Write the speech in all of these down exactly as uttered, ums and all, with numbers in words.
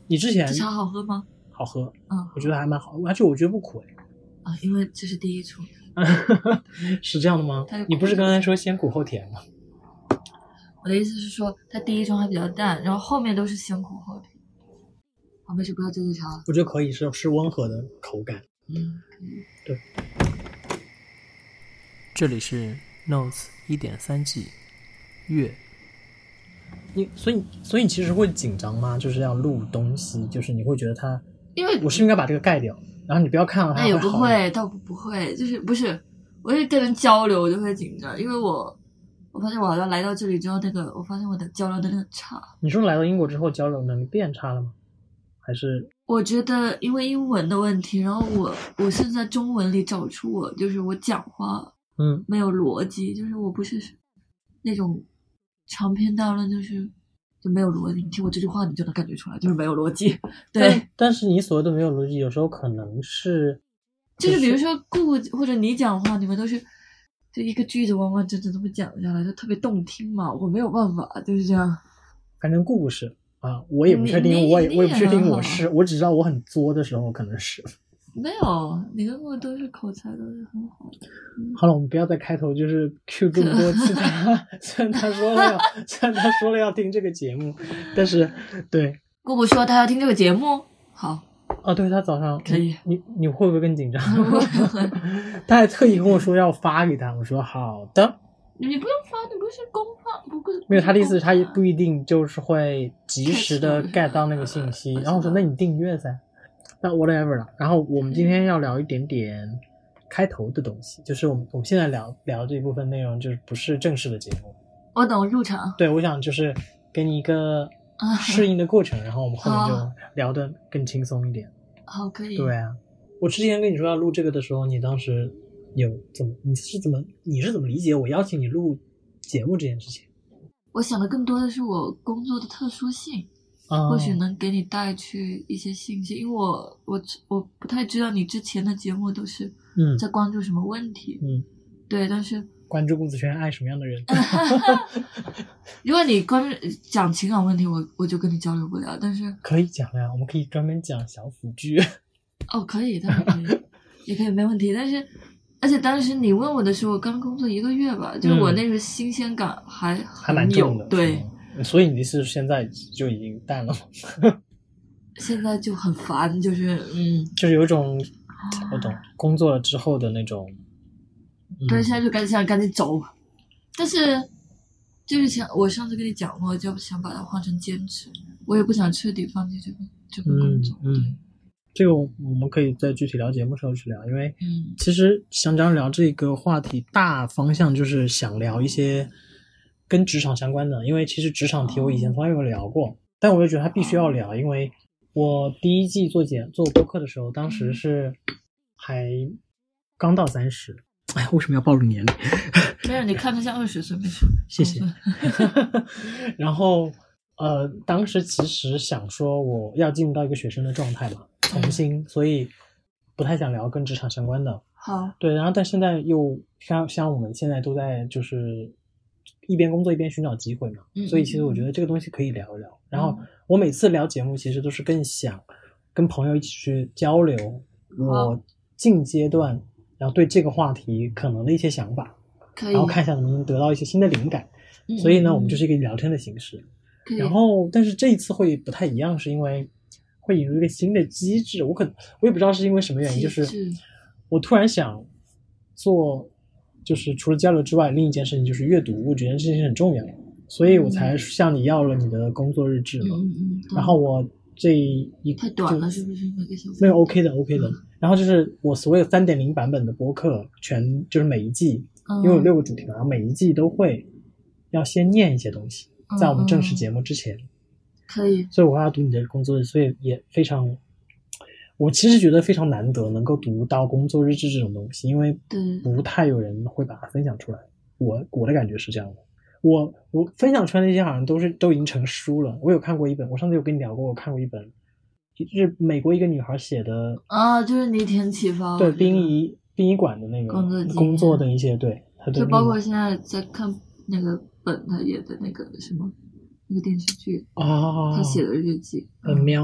你之前这茶好喝吗？ 好喝， 嗯， 我觉得还蛮好，而且我觉得不苦哎。 啊，因为这是第一冲。 是这样的吗？你不是刚才说先苦后甜吗？ 我的意思是说，它第一冲还比较淡，然后后面都是先苦后甜。好，没事，不要这杯茶。 我觉得可以，是是温和的口感。 嗯， 对。 这里是 Notes 一点三 G 月。 你所以所以你其实会紧张吗？就是要录东西，就是你会觉得它， 因为我是应该把这个盖掉，然后你不要看了它那也不好会，倒不不会，就是不是，我是跟人交流我就会紧张，因为我我发现我好像来到这里之后，那个我发现我的交流能力很差。 你说来到英国之后交流能力变差了吗？还是我觉得因为英文的问题，然后我我是在中文里找出我就是我讲话嗯没有逻辑，就是我不是那种长篇大论，就是就没有逻辑。你听我这句话，你就能感觉出来，就是没有逻辑。对， 但, 但是你所谓的没有逻辑，有时候可能是就是比如说顾或者你讲话，你们都是就一个句子完完整整这么讲下来，就特别动听嘛。我没有办法，就是这样。 反正顾不是啊，我也不确定，我也我也不确定我是，我只知道我很作的时候可能是。 没有，你跟我都是口才都是很好的。 嗯、好了，我们不要在开头就是 Q 这么多次他，虽然他说了要，虽然他说了要听这个节目，但是对。 姑姑说他要听这个节目，好。 哦，对，他早上可以。 你你会不会更紧张？他还特意跟我说要发给他，我说好的。 你不用发，你不是公发，不不。 没有，他的意思是他不一定就是会及时的 get 到那个信息，然后我说那你订阅噻。那 whatever 了，然后我们今天要聊一点点开头的东西，就是我们我们现在聊聊这一部分内容，就是不是正式的节目。 我懂入场。 对，我想就是给你一个适应的过程，然后我们后面就聊得更轻松一点。 好，可以。 对啊，我之前跟你说要录这个的时候，你当时有怎么你是怎么你是怎么理解我邀请你录节目这件事情？ 我想的更多的是我工作的特殊性。 哦、 或许能给你带去一些信息，因为我我我不太知道你之前的节目都是在关注什么问题， 嗯， 对，但是关注顾子轩爱什么样的人？ 如果你关注讲情感问题，我我就跟你交流不了，但是可以讲呀，我们可以专门讲小腐剧。 哦，可以，当然可以，也可以没问题。但是而且当时你问我的时候，我刚工作一个月吧，就是我那时候新鲜感还还蛮重的， 对。 所以你的意思是现在就已经淡了吗？ 现在就很烦，就是嗯， 就是有一种我懂工作了之后的那种， 嗯、对，现在就赶紧想赶紧走，但是就是想我上次跟你讲过，就想把它换成兼职，我也不想彻底放弃这个这个工作。 嗯，嗯这个我们可以在具体聊节目时候去聊，因为嗯， 其实想讲聊这个话题大方向就是想聊一些跟职场相关的，因为其实职场题我以前从来没有聊过，但我就觉得它必须要聊，因为我第一季做节做播客的时候，当时是还刚到三十，哎呀，为什么要暴露年龄？ 没有，你看着像二十岁，没事， 谢谢。然后呃，当时其实想说我要进入到一个学生的状态嘛，重新，嗯、所以不太想聊跟职场相关的。 好， 对，然后但现在又像像我们现在都在就是一边工作一边寻找机会嘛， 嗯、 所以其实我觉得这个东西可以聊一聊。嗯、然后我每次聊节目其实都是更想跟朋友一起去交流我近阶段然后对这个话题可能的一些想法，然后看一下能不能得到一些新的灵感。 嗯、 所以呢，我们就是一个聊天的形式。然后但是这一次会不太一样，是因为会引入一个新的机制，我可我也不知道是因为什么原因，就是我突然想做就是除了交流之外另一件事情就是阅读，我觉得这件事情很重要，所以我才向你要了你的工作日志嘛。 嗯嗯嗯、 然后我这一太短了是不是？每个小时没有 OK 的 OK 的、嗯、然后就是我所有 三点零 版本的播客全就是每一季、嗯、因为有六个主题嘛，然后每一季都会要先念一些东西、嗯、在我们正式节目之前、嗯、 可以， 所以我要读你的工作日，所以也非常我其实觉得非常难得能够读到工作日志这种东西，因为不太有人会把它分享出来，我我的感觉是这样的。我我分享出来那些好像都是都已经成书了。我有看过一本，我上次有跟你聊过，我看过一本就是美国一个女孩写的啊，就是你挺启发， 对殡仪殡仪馆的那个工作工作的一些，对， 就包括现在在看那个本他演的那个什么那个电视剧啊， 他写的日记本喵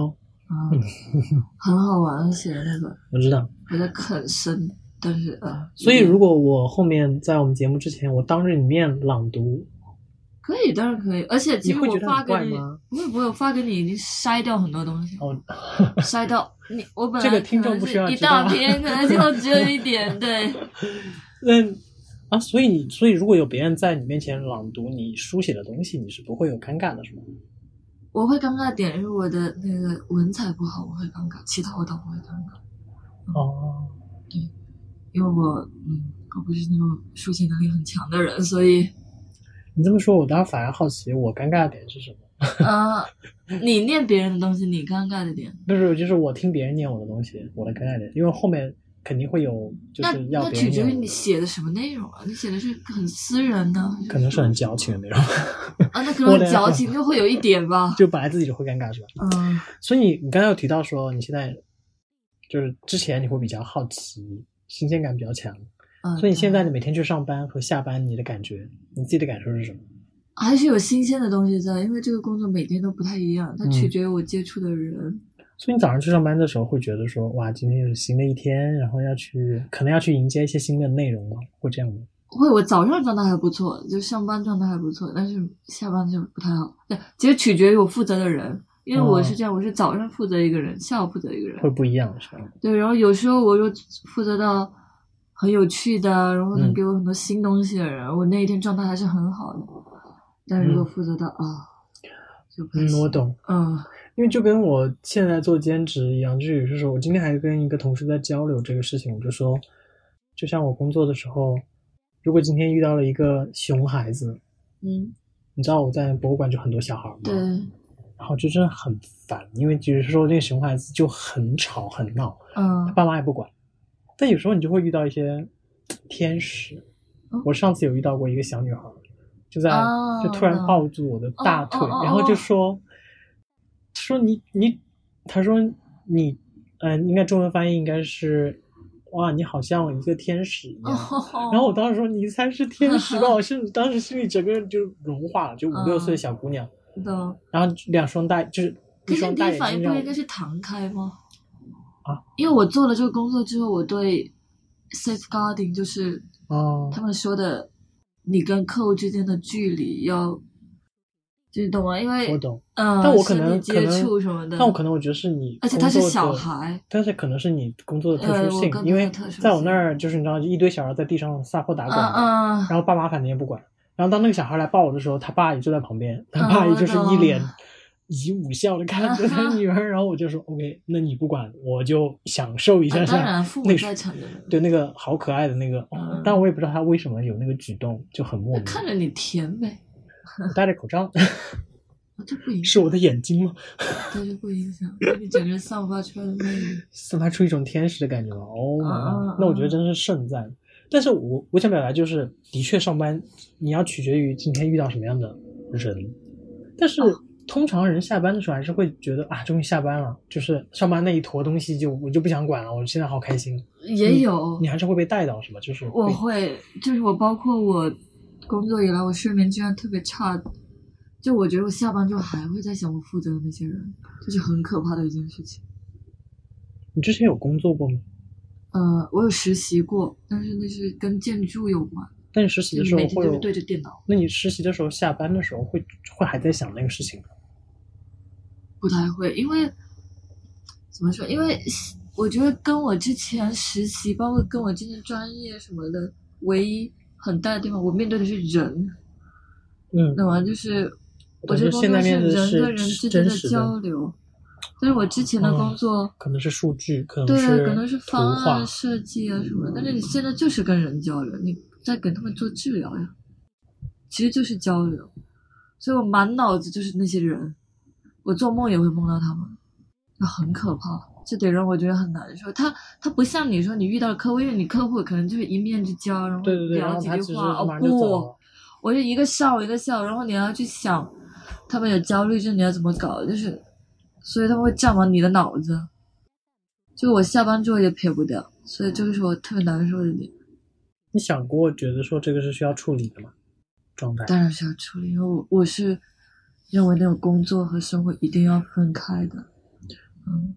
嗯，很好玩写的那个， 我知道， 觉得很深，但是呃， 所以如果我后面在我们节目之前，我当着你面朗读， 可以，当然可以，而且其实我发给你， 不会不会我发给你已经筛掉很多东西， 哦， 筛掉你，我本来这个听众不需要一大篇，可能就只有一点，对， 嗯。啊，所以你，所以如果有别人在你面前朗读你书写的东西，你是不会有尴尬的，是吗？ 我会尴尬的点是我的那个文采不好，我会尴尬，其他我倒不会尴尬。 嗯、哦， 对，因为我，嗯，我不是那种书写能力很强的人，所以。 你这么说，我倒反而好奇，我尴尬的点是什么？ 啊、呃，你念别人的东西，你尴尬的点？ 不是，就是我听别人念我的东西，我的尴尬点，因为后面。肯定会有，就是要别人。 那那取决于你写的什么内容啊？你写的是很私人的， 可能是很矫情的内容。 啊，那可能很矫情，就会有一点吧。 就本来自己就会尴尬，是吧？ 嗯。 所以你你刚才有提到说，你现在就是之前你会比较好奇，新鲜感比较强。嗯。所以你现在你每天去上班和下班，你的感觉，你自己的感受是什么？ 还是有新鲜的东西在，因为这个工作每天都不太一样，它取决于我接触的人。嗯， 所以你早上去上班的时候会觉得说，哇，今天又是新的一天，然后要去，可能要去迎接一些新的内容吗？会这样吗？ 会，我早上状态还不错，就上班状态还不错，但是下班就不太好。对，其实取决于我负责的人，因为我是这样，哦、我是早上负责一个人，下午负责一个人， 会不一样，是吧？ 对，然后有时候我又负责到很有趣的，然后能给我很多新东西的人，嗯、我那一天状态还是很好的。但如果负责到啊、嗯哦，就不嗯，我懂， 嗯。 因为就跟我现在做兼职一样，就是有些时候，我今天还跟一个同事在交流这个事情，我就说，就像我工作的时候，如果今天遇到了一个熊孩子， 嗯， 你知道我在博物馆就很多小孩嘛， 对， 然后就真的很烦，因为就是说那个熊孩子就很吵很闹， 嗯， 他爸妈也不管，但有时候你就会遇到一些天使，嗯、我上次有遇到过一个小女孩，就在、哦、就突然抱住我的大腿，哦、然后就说。说你你，他说你，嗯、呃，应该中文翻译应该是，哇，你好像一个天使一样。Oh. 然后我当时说你才是天使吧，我是当时心里整个人就融化了，就五六岁的小姑娘。 嗯。 然后两双大就是一双大眼睛。 可是第一反应不应该是弹开吗？ 啊， 因为我做了这个工作之后，我对 safeguarding 就是哦， 他们说的，你跟客户之间的距离要。就你懂吗？因为我懂， 嗯， 但我可能接触什么的， 但我可能我觉得是你， 而且他是小孩， 但是可能是你工作的特殊性， 呃、 因为在我那儿就是你知道，一堆小孩在地上撒泼打滚， 嗯嗯、 然后爸妈反正也不管，然后当那个小孩来抱我的时候，他爸也就在旁边，他爸也就是一脸以武笑的看着他女儿，嗯、然后我就说 OK， 那你不管，我就享受一下下， 啊、当然父母在场的， 对那个好可爱的那个， 嗯、 但我也不知道他为什么有那个举动，就很莫名， 看着你甜呗， 我戴着口罩。 这不影响， 是我的眼睛吗？ 这就不影响，你整个人散发出来的魅力， 散发出一种天使的感觉了。哦、oh 啊， 那我觉得真是盛赞。但是我我想表达就是，的确上班你要取决于今天遇到什么样的人。但是、哦、通常人下班的时候还是会觉得啊，终于下班了，就是上班那一坨东西就我就不想管了，我现在好开心。 也有， 你, 你还是会被带到是吧？就是我会，就是我包括我工作以来，我睡眠质量特别差。就我觉得我下班之后还会在想我负责的那些人，这是很可怕的一件事情。 你之前有工作过吗？ 呃，我有实习过，但是那是跟建筑有关。 但你实习的时候会有， 每天就是对着电脑。 那你实习的时候下班的时候会会还在想那个事情吗？ 不太会，因为怎么说？因为我觉得跟我之前实习，包括跟我之前专业什么的，唯一很大的地方，我面对的是人。 嗯， 懂吗？就是。我这工作是人跟人之间的交流，但是我之前的工作、 哦、可能是数据，可能是对，可能是方案设计啊什么。但是你现在就是跟人交流，你在跟他们做治疗呀，其实就是交流。所以我满脑子就是那些人，我做梦也会梦到他们，就很可怕。这得让我觉得很难受。他他不像你说你遇到了客户，因为你客户可能就是一面之交，然后聊几句话，哦不，我是一个上午一个下午，然后你要去想。他们有焦虑症，你要怎么搞？就是，所以他们会占满你的脑子。就我下班之后也撇不掉，所以这个是我特别难受的点。 你想过觉得说这个是需要处理的吗？状态？ 当然是要处理，因为我我是认为那种工作和生活一定要分开的。嗯，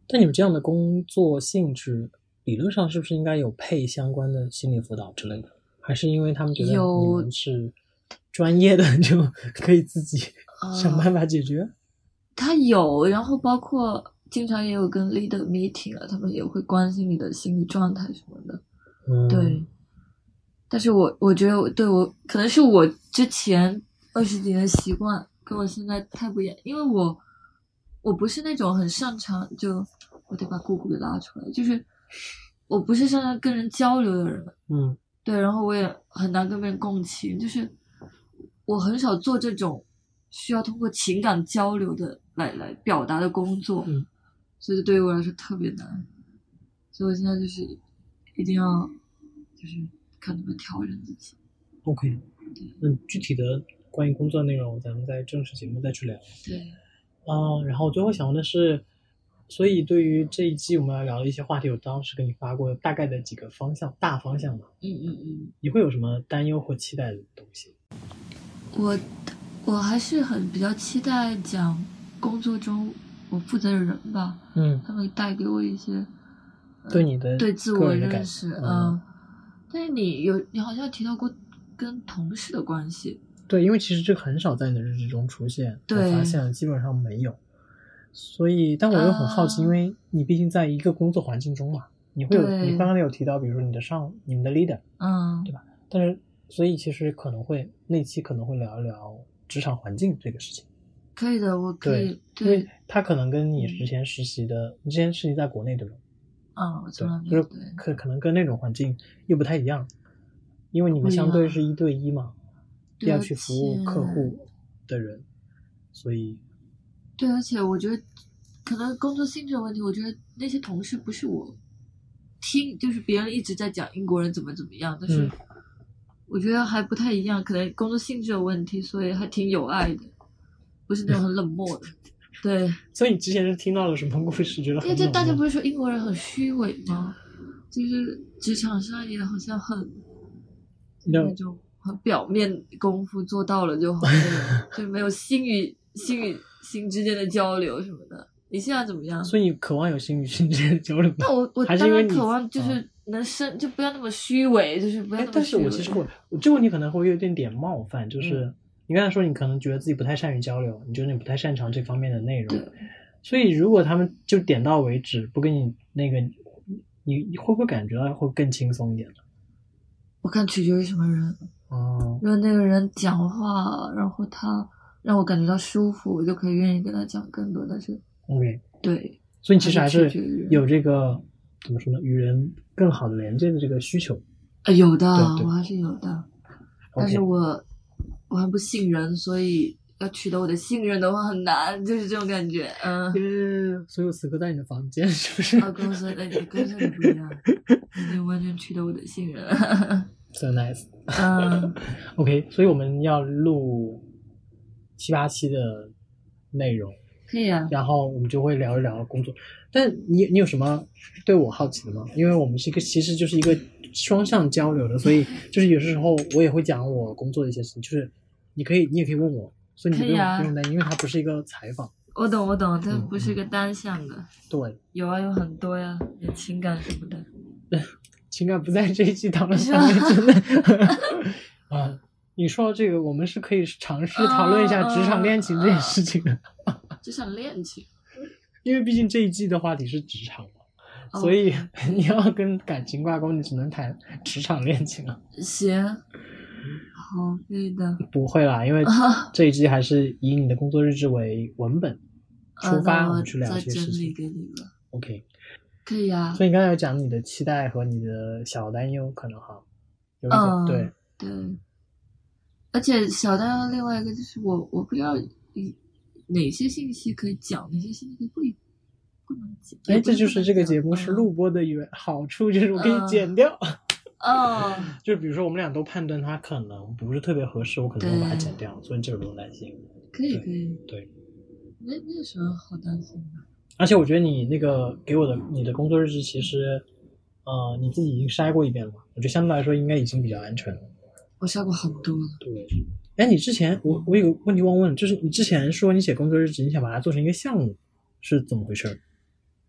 但你们这样的工作性质，理论上是不是应该有配相关的心理辅导之类的？还是因为他们觉得你们是专业的就可以自己想办法解决？呃、 他有，然后包括经常也有跟 leader meeting 啊，他们也会关心你的心理状态什么的。 嗯， 对。但是我我觉得对我可能是我之前二十几年的习惯跟我现在太不一样，因为我我不是那种很擅长，就我得把姑姑给拉出来，就是我不是擅长跟人交流的人。 嗯， 对，然后我也很难跟别人共情，就是我很少做这种需要通过情感交流的来来表达的工作。 嗯， 所以对于我来说特别难，所以我现在就是一定要就是看怎么调整自己。 OK， 嗯，具体的关于工作内容咱们在正式节目再去聊。 对， 啊、呃，然后最后想问的是，所以对于这一季我们要聊的一些话题，我当时给你发过大概的几个方向，大方向嘛。 嗯嗯嗯。 你会有什么担忧或期待的东西？ 我我还是很比较期待讲工作中我负责的人吧。 嗯， 他们带给我一些、呃、 对你的对自我认识。 嗯、 呃，但是你有你好像提到过跟同事的关系。 对，因为其实这个很少在你的日志中出现， 对， 我发现基本上没有。所以，但我又很好奇，呃、因为你毕竟在一个工作环境中嘛，你会有，你刚刚有提到，比如说你的上，你们的 leader， 嗯， 对吧？但是，所以其实可能会那期可能会聊一聊职场环境这个事情。 可以的，我可以， 对，对，因为他可能跟你之前实习的，嗯、你之前实习在国内对吧？ 嗯，我从来没有，就是可可能跟那种环境又不太一样，因为你们相对是一对一嘛。要去服务客户的人，所以对，而且我觉得可能工作性质的问题，我觉得那些同事不是我听，就是别人一直在讲英国人怎么怎么样，但是我觉得还不太一样，可能工作性质的问题，所以还挺有爱的，不是那种很冷漠的。对， 所以你之前是听到了什么故事觉得很冷漠？ 因为大家不是说英国人很虚伪吗？就是职场上也好像很那种很表面功夫做到了就好，就没有心与心与心之间的交流什么的。你现在怎么样？ 所以你渴望有心与心之间的交流吗？ 那我我还是因为你渴望就是能生、嗯、就不要那么虚伪，就是不要那么虚伪。 但是我其实我我这个问题可能会有点点冒犯，就是、嗯、你刚才说你可能觉得自己不太善于交流，你觉得你不太擅长这方面的内容，所以如果他们就点到为止，不跟你那个，你你会不会感觉到会更轻松一点呢？ 我看取决于什么人。 哦， 如果那个人讲话，然后他让我感觉到舒服，我就可以愿意跟他讲更多。但是 ，OK， 对， 所以其实还是有这个怎么说呢，与人更好的连接的这个需求。 啊，有的， 对对我还是有的。 Okay. 但是我我还不信任，所以要取得我的信任的话很难，就是这种感觉。嗯， yeah, 所以我此刻在你的房间，是不是？ 啊，公司那你公司你不一样，你就完全取得我的信任。 So nice。 嗯 ，OK， 所以我们要录七八期的内容， 可以啊。 然后我们就会聊一聊工作。但你你有什么对我好奇的吗？因为我们是一个其实就是一个双向交流的，所以就是有时候我也会讲我工作的一些事情，就是你可以你也可以问我，所以你不用、啊、不用担心，因为它不是一个采访。 我懂我懂，它不是一个单向的。 嗯、对， 有啊，有很多呀，有情感什么的。 情感不在这一期讨论上面，真的。啊，你说到这个，我们是可以尝试讨论一下职场恋情这件事情的。 职场恋情， 因为毕竟这一季的话题是职场嘛，哦、所以你要跟感情挂钩，你只能谈职场恋情了。 行，好，可以的。 不会啦，因为这一季还是以你的工作日志为文本出发， 啊、 我们去聊一些事情。 再整理给你了。 OK。 可以啊， 所以你刚才有讲你的期待和你的小担忧，可能哈，有一点、 嗯、 对对，而且小担忧另外一个就是我我不知道哪些信息可以讲，哪些信息可以不不能讲。 哎，这就是这个节目是录播的一个好处，就是我可以剪掉。 哦、嗯， 就比如说我们俩都判断它可能不是特别合适，我可能会把它剪掉，所以这个不用担心。 可以可以， 对， 那那有什么好担心的？ 而且我觉得你那个给我的你的工作日志，其实，呃，你自己已经筛过一遍了嘛？我觉得相对来说应该已经比较安全了。 我筛过很多了。 对，哎，你之前我我有个问题忘问，就是你之前说你写工作日志，你想把它做成一个项目，是怎么回事？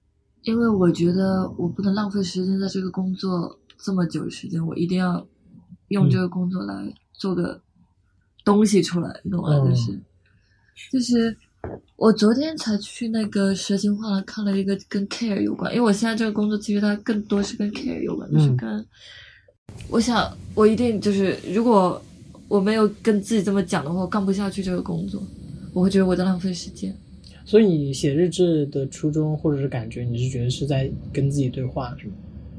因为我觉得我不能浪费时间在这个工作这么久时间，我一定要用这个工作来做个东西出来，你懂吗？ 嗯、 就是就是我昨天才去那个蛇形画廊看了一个跟 care 有关，因为我现在这个工作其实它更多是跟 care 有关，就是跟、嗯、我想我一定就是如果我没有跟自己这么讲的话，我干不下去这个工作，我会觉得我在浪费时间。 所以你写日志的初衷或者是感觉，你是觉得是在跟自己对话是吗？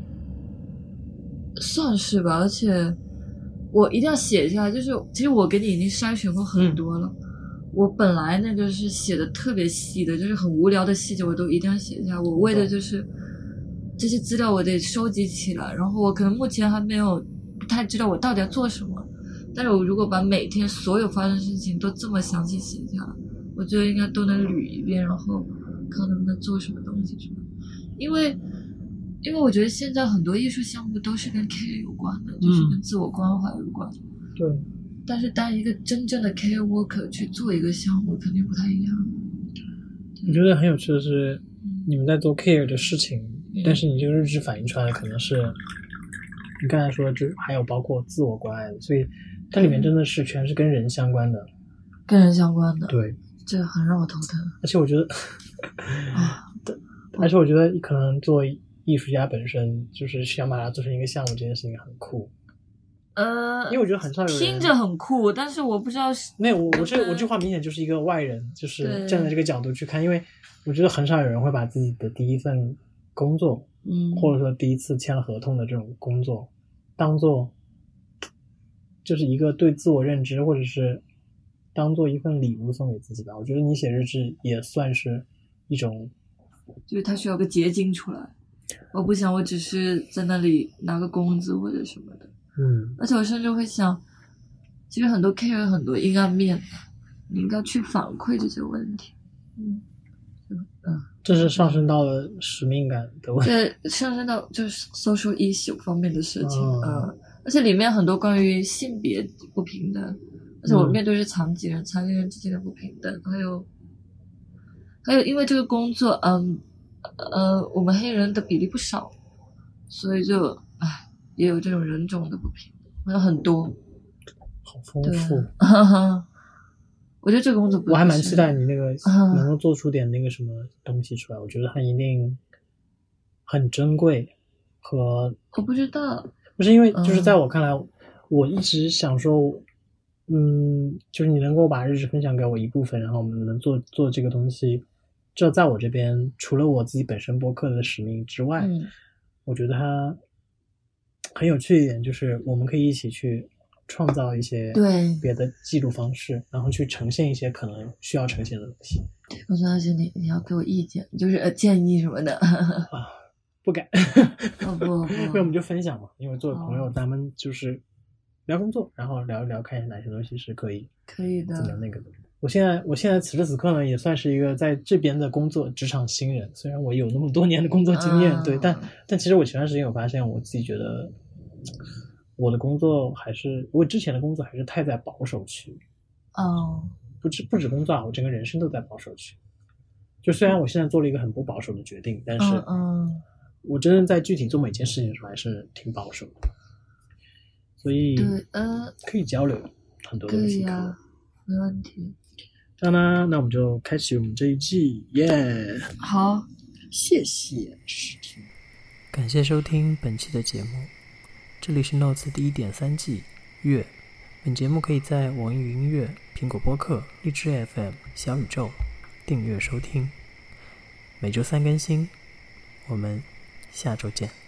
算是吧，而且我一定要写下来，就是其实我给你已经筛选过很多了、嗯、我本来那个是写的特别细的，就是很无聊的细节我都一定要写下来，我为的就是这些资料我得收集起来，然后我可能目前还没有不太知道我到底要做什么，但是我如果把每天所有发生的事情都这么详细写下来，我觉得应该都能捋一遍，然后看能不能做什么东西出来。因为因为我觉得现在很多艺术项目都是跟 care 有关的，就是跟自我关怀有关、嗯、 对。 但是当一个真正的 care worker 去做一个项目肯定不太一样。 我觉得很有趣的是、嗯、你们在做 care 的事情、嗯、但是你这个日志反映出来的可能是你刚才说的就还有包括自我关爱的，所以它里面真的是全是跟人相关的、嗯、 跟人相关的， 对， 这很让我头疼。 而且我觉得啊，而且我觉得可能做艺术家本身就是想把它做成一个项目，这件事情很酷。 呃， 因为我觉得很少有人听着很酷，但是我不知道是没有我我这我这话明显就是一个外人，就是站在这个角度去看，因为我觉得很少有人会把自己的第一份工作， 嗯， 或者说第一次签了合同的这种工作，当做就是一个对自我认知，或者是当做一份礼物送给自己吧。我觉得你写日志也算是一种， 就是它需要个结晶出来。我不想我只是在那里拿个工资或者什么的。 嗯， 而且我甚至会想，其实很多 care 很多阴暗面，你应该去反馈这些问题。嗯嗯， 这是上升到了使命感的问题。 对，上升到就是 social issue 方面的事情。 嗯， 嗯，而且里面很多关于性别不平等，而且我面对是残疾人、嗯、残疾人之间的不平等，还有还有因为这个工作，嗯呃，我们黑人的比例不少，所以就唉。也有这种人种的不平等，有很多， 好丰富。 我觉得这个工作不， 我还蛮期待你那个能够做出点那个什么东西出来，我觉得它一定很珍贵。和我不知道， 不是因为就是在我看来，嗯、我一直想说，嗯，就是你能够把日志分享给我一部分，然后我们能做做这个东西，这在我这边除了我自己本身播客的使命之外， 嗯、 我觉得它很有趣一点，就是我们可以一起去创造一些别的记录方式，然后去呈现一些可能需要呈现的东西。 我相信你，你要给我意见，就是呃建议什么的。 啊，不敢。 哦不不， 因为我们就分享嘛，因为作为朋友，咱们就是聊工作，然后聊一聊，看一下哪些东西是可以可以的， 怎么那个的。我现在我现在此时此刻呢，也算是一个在这边的工作职场新人，虽然我有那么多年的工作经验，嗯、对，但但其实我前段时间有发现，我自己觉得我的工作还是我之前的工作还是太在保守区。 哦， 不止不止工作啊，我整个人生都在保守区。就虽然我现在做了一个很不保守的决定，但是嗯， 我真的在具体做每件事情的时候还是挺保守的。所以对，呃， 可以交流很多东西。 可以啊，没问题。 这样呢，那我们就开启我们这一季，耶、yeah ！ 好， 谢谢收听， 感谢收听本期的节目。这里是 Notes 第一点三季月，本节目可以在网易云音乐、苹果播客、荔枝 F M、小宇宙订阅收听，每周三更新。我们下周见。